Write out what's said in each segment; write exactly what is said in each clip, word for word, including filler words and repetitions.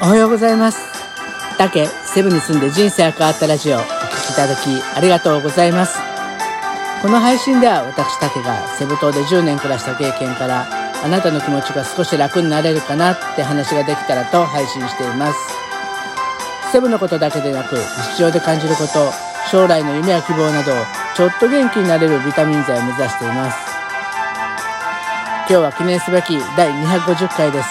おはようございます。竹セブに住んで人生が変わったラジオをお聞きいただきありがとうございます。この配信では私竹がセブ島でじゅうねん暮らした経験からあなたの気持ちが少し楽になれるかなって話ができたらと配信しています。セブのことだけでなく日常で感じること、将来の夢や希望などちょっと元気になれるビタミン剤を目指しています。今日は記念すべきだいにひゃくごじゅっかいです。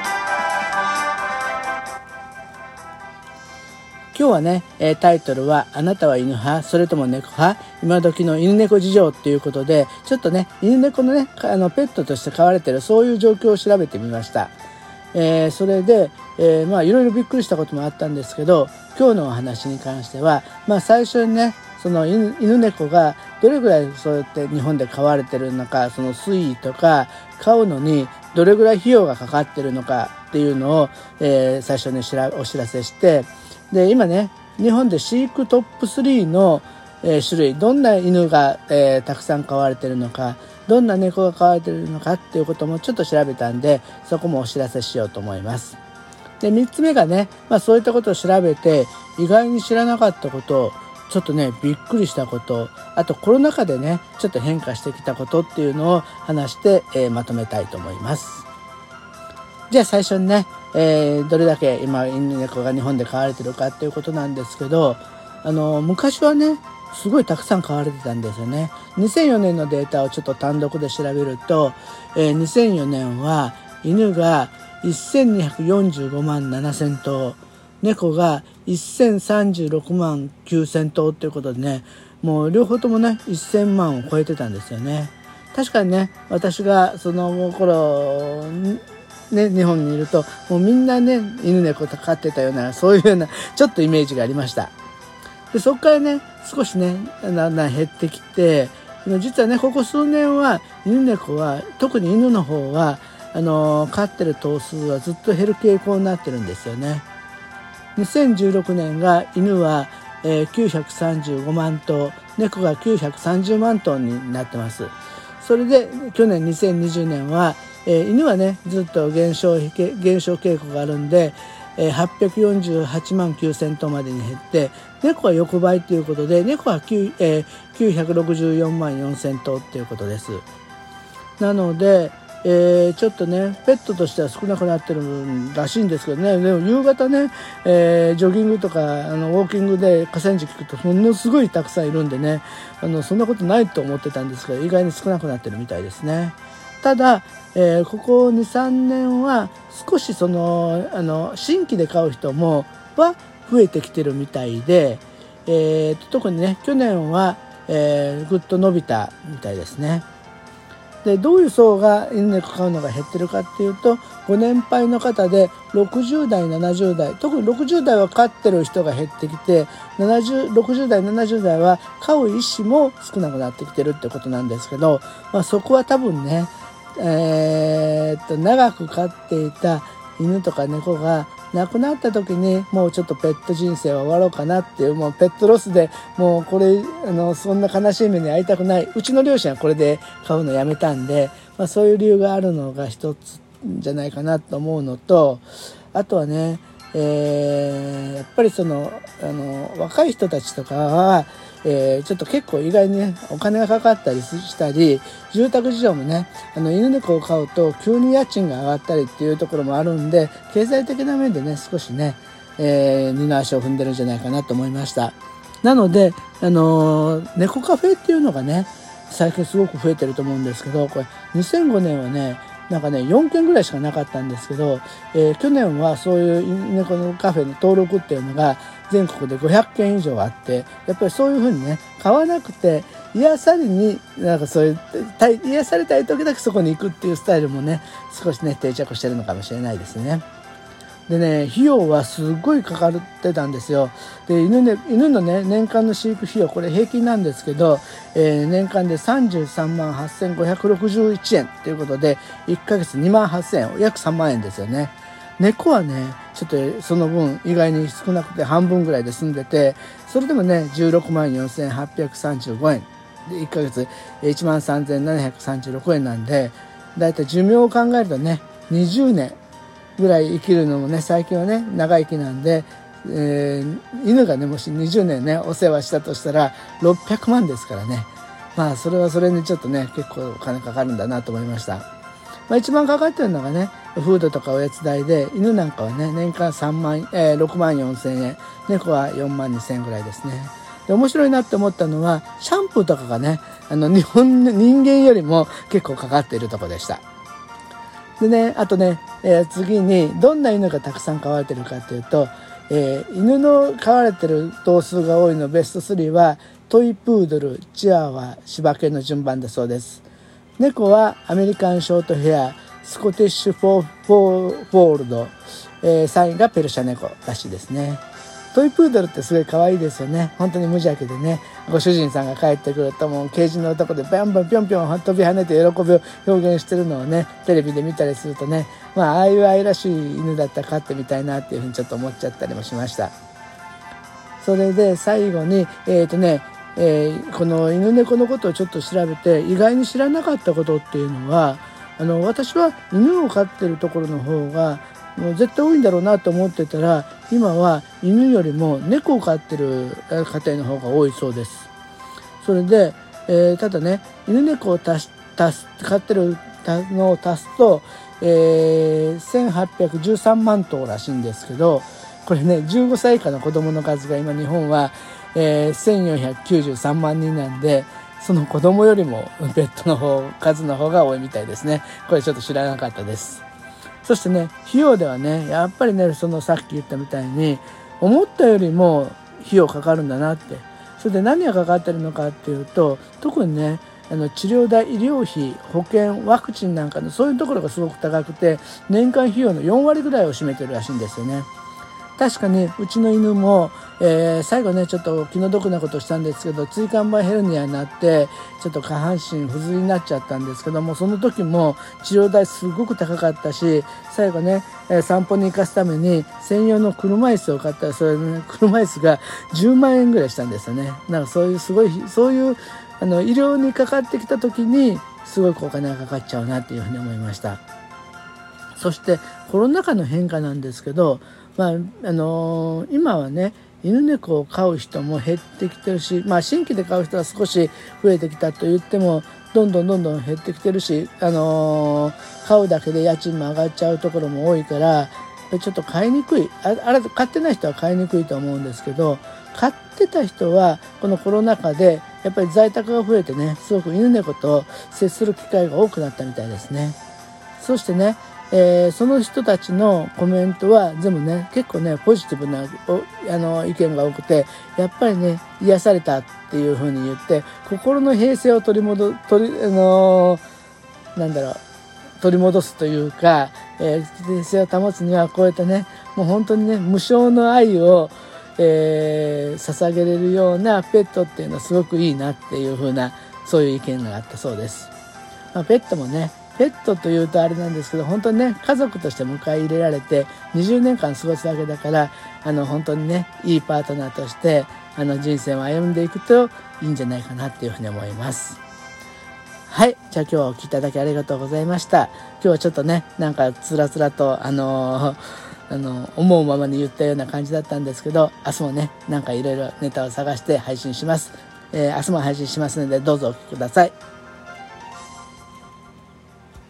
今日はね、タイトルはあなたは犬派それとも猫派、今時の犬猫事情っていうことで、ちょっとね犬猫のねあのペットとして飼われているそういう状況を調べてみました。えー、それで、えー、まあいろいろびっくりしたこともあったんですけど、今日のお話に関しては、まあ最初にねその 犬, 犬猫がどれぐらいそうやって日本で飼われてるのか、その推移とか飼うのにどれぐらい費用がかかってるのかっていうのを、えー、最初にお知らせして、で今ね日本で飼育トップスリーの、えー、種類、どんな犬が、えー、たくさん飼われているのか、どんな猫が飼われているのかっていうこともちょっと調べたんで、そこもお知らせしようと思います。でみっつめがね、まあ、そういったことを調べて意外に知らなかったこと、ちょっとねびっくりしたこと、あとコロナ禍でねちょっと変化してきたことっていうのを話して、えー、まとめたいと思います。じゃあ最初にね、えー、どれだけ今犬猫が日本で飼われてるかっていうことなんですけど、あの昔はねすごいたくさん飼われてたんですよね。にせんよねんのデータをちょっと単独で調べると、えー、にせんよねんは犬がせんにひゃくよんじゅうごまんななせんとう、猫がせんさんじゅうろくまんきゅうせんとうということでね、もう両方ともねせんまんを超えてたんですよね。確かにね私がその頃ね、日本にいるともうみんなね犬猫と飼ってたような、そういうようなちょっとイメージがありました。でそこからね少しねだんだん減ってきて、実はねここ数年は犬猫は、特に犬の方はあの飼ってる頭数はずっと減る傾向になってるんですよね。にせんじゅうろくねんが犬は、えー、きゅうひゃくさんじゅうごまんとう、猫がきゅうひゃくさんじゅうまんとうになってます。それで去年にせんにじゅうねんはえー、犬はねずっと減少減少傾向があるんで、えー、はっぴゃくよんじゅうはちまんきゅうせんとうまでに減って、猫は横ばいということで、猫はきゅう、えー、きゅうひゃくろくじゅうよんまんよんせんとうということです。なので、えー、ちょっとねペットとしては少なくなってるらしいんですけどね。でも夕方ね、えー、ジョギングとかあのウォーキングで河川敷聞くとものすごいたくさんいるんでね、あのそんなことないと思ってたんですけど、意外に少なくなってるみたいですね。ただ、えー、ここ にさんねんは少しそのあの新規で飼う人もは増えてきてるみたいで、えー、特にね去年は、えー、ぐっと伸びたみたいですね。でどういう層が犬猫飼うのが減ってるかっていうと、ご年配の方でろくじゅうだいななじゅうだい、特にろくじゅうだいは飼ってる人が減ってきて、ななじゅうろくじゅうだいななじゅうだいは飼う意思も少なくなってきてるってことなんですけど、まあ、そこは多分ねえー、っと長く飼っていた犬とか猫が亡くなった時にもうちょっとペット人生は終わろうかなっていう、もうペットロスでもうこれあのそんな悲しい目に遭いたくない、うちの両親はこれで飼うのやめたんで、まあ、そういう理由があるのが一つじゃないかなと思うのと、あとはね、えー、やっぱりそのあの若い人たちとかはえー、ちょっと結構意外にねお金がかかったりしたり、住宅事情もねあの犬猫を飼うと急に家賃が上がったりっていうところもあるんで、経済的な面でね少しね、えー、二の足を踏んでるんじゃないかなと思いました。なので、あのー、猫カフェっていうのがね最近すごく増えてると思うんですけど、これにせんごねんはねなんかねよんけんぐらいしかなかったんですけど、えー、去年はそういう犬猫のカフェの登録っていうのが全国でごひゃっけん以上あって、やっぱりそういうふうにね買わなくて癒されになんかそういう癒されたい時だけそこに行くっていうスタイルもね少しね定着してるのかもしれないですね。でね費用はすごいかかってたんですよ。で 犬, ね犬のね年間の飼育費用、これ平均なんですけど、えー、年間でさんじゅうさんまんはっせんごひゃくろくじゅういちえんということでいっかげつにまんはっせんえん、約さんまんえんですよね。猫はねちょっとその分意外に少なくて半分ぐらいで済んでて、それでもねじゅうろくまんよんせんはっぴゃくさんじゅうごえんでいっかげついちまんさんぜんななひゃくさんじゅうろくえんなんで、だいたい寿命を考えるとねにじゅうねんぐらい生きるのもね、最近はね長生きなんで、えー、犬がねもしにじゅうねんねお世話したとしたらろっぴゃくまんですからね。まあそれはそれにちょっとね結構お金かかるんだなと思いました。まあ、一番かかってるのがねフードとかおやつ代で、犬なんかはね年間さんまん、えー、ろくまんよんせんえん、猫はよんまんにせんえんぐらいですね。で面白いなって思ったのはシャンプーとかがねあの日本の人間よりも結構かかっているところでした。でねあとね、えー、次にどんな犬がたくさん飼われてるかというと、えー、犬の飼われてる頭数が多いのベストスリーはトイプードル、チワワ、柴犬の順番だそうです。猫はアメリカンショートヘア、スコティッシュフォー、フォー、フォールド、えー、さんいがペルシャ猫らしいですね。トイプードルってすごい可愛いですよね。本当に無邪気でね、ご主人さんが帰ってくるともうケージの男でバンバンピョンピョン飛び跳ねて喜びを表現してるのをねテレビで見たりするとね、まあああいう愛らしい犬だったら飼ってみたいなっていうふうにちょっと思っちゃったりもしました。それで最後にえっとねえー、この犬猫のことをちょっと調べて意外に知らなかったことっていうのは、あの私は犬を飼ってるところの方がもう絶対多いんだろうなと思ってたら、今は犬よりも猫を飼ってる家庭の方が多いそうです。それで、えー、ただね犬猫を足し足す飼ってるのを足すと、えー、せんはっぴゃくじゅうさんまんとうらしいんですけど、これねじゅうごさい以下の子どもの数が今日本はえー、せんよんひゃくきゅうじゅうさんまんにんなんで、その子供よりもペットの方数の方が多いみたいですね。これちょっと知らなかったです。そしてね費用ではねやっぱりねそのさっき言ったみたいに思ったよりも費用かかるんだなって。それで何がかかってるのかっていうと、特にねあの治療代、医療費、保険、ワクチンなんかのそういうところがすごく高くて、年間費用のよんわりぐらいを占めてるらしいんですよね。確かにうちの犬も、えー、最後ねちょっと気の毒なことをしたんですけど、椎間板ヘルニアになってちょっと下半身不随になっちゃったんですけども、その時も治療代すごく高かったし、最後ね、えー、散歩に行かすために専用の車椅子を買ったら、それね車椅子がじゅうまんえんぐらいしたんですよね。なんかそういうすごいそういうあの医療にかかってきた時にすごいお金がかかっちゃうなっていうふうに思いました。そしてコロナ禍の変化なんですけど、まああのー、今はね犬猫を飼う人も減ってきてるし、まあ、新規で飼う人は少し増えてきたと言ってもどんどんどんどん減ってきてるし、あのー、飼うだけで家賃も上がっちゃうところも多いから、ちょっと飼いにくい、ああれ飼ってない人は飼いにくいと思うんですけど、飼ってた人はこのコロナ禍でやっぱり在宅が増えてね、すごく犬猫と接する機会が多くなったみたいですね。そしてねえー、その人たちのコメントは全部ね結構ねポジティブなあの意見が多くて、やっぱりね癒されたっていう風に言って心の平静を取り戻取りあのー、なんだろう取り戻すというか、えー、平静を保つにはこうやってねもう本当にね無償の愛を、えー、捧げれるようなペットっていうのはすごくいいなっていう風なそういう意見があったそうです。まあ、ペットもねペットというとあれなんですけど、本当にね家族として迎え入れられてにじゅうねんかん過ごすわけだから、あの本当にねいいパートナーとしてあの人生を歩んでいくといいんじゃないかなっていうふうに思います。はい、じゃあ今日はお聞きいただきありがとうございました。今日はちょっとねなんかつらつらとあのー、あの思うままに言ったような感じだったんですけど、明日もねなんかいろいろネタを探して配信します。えー、明日も配信しますのでどうぞお聞きください。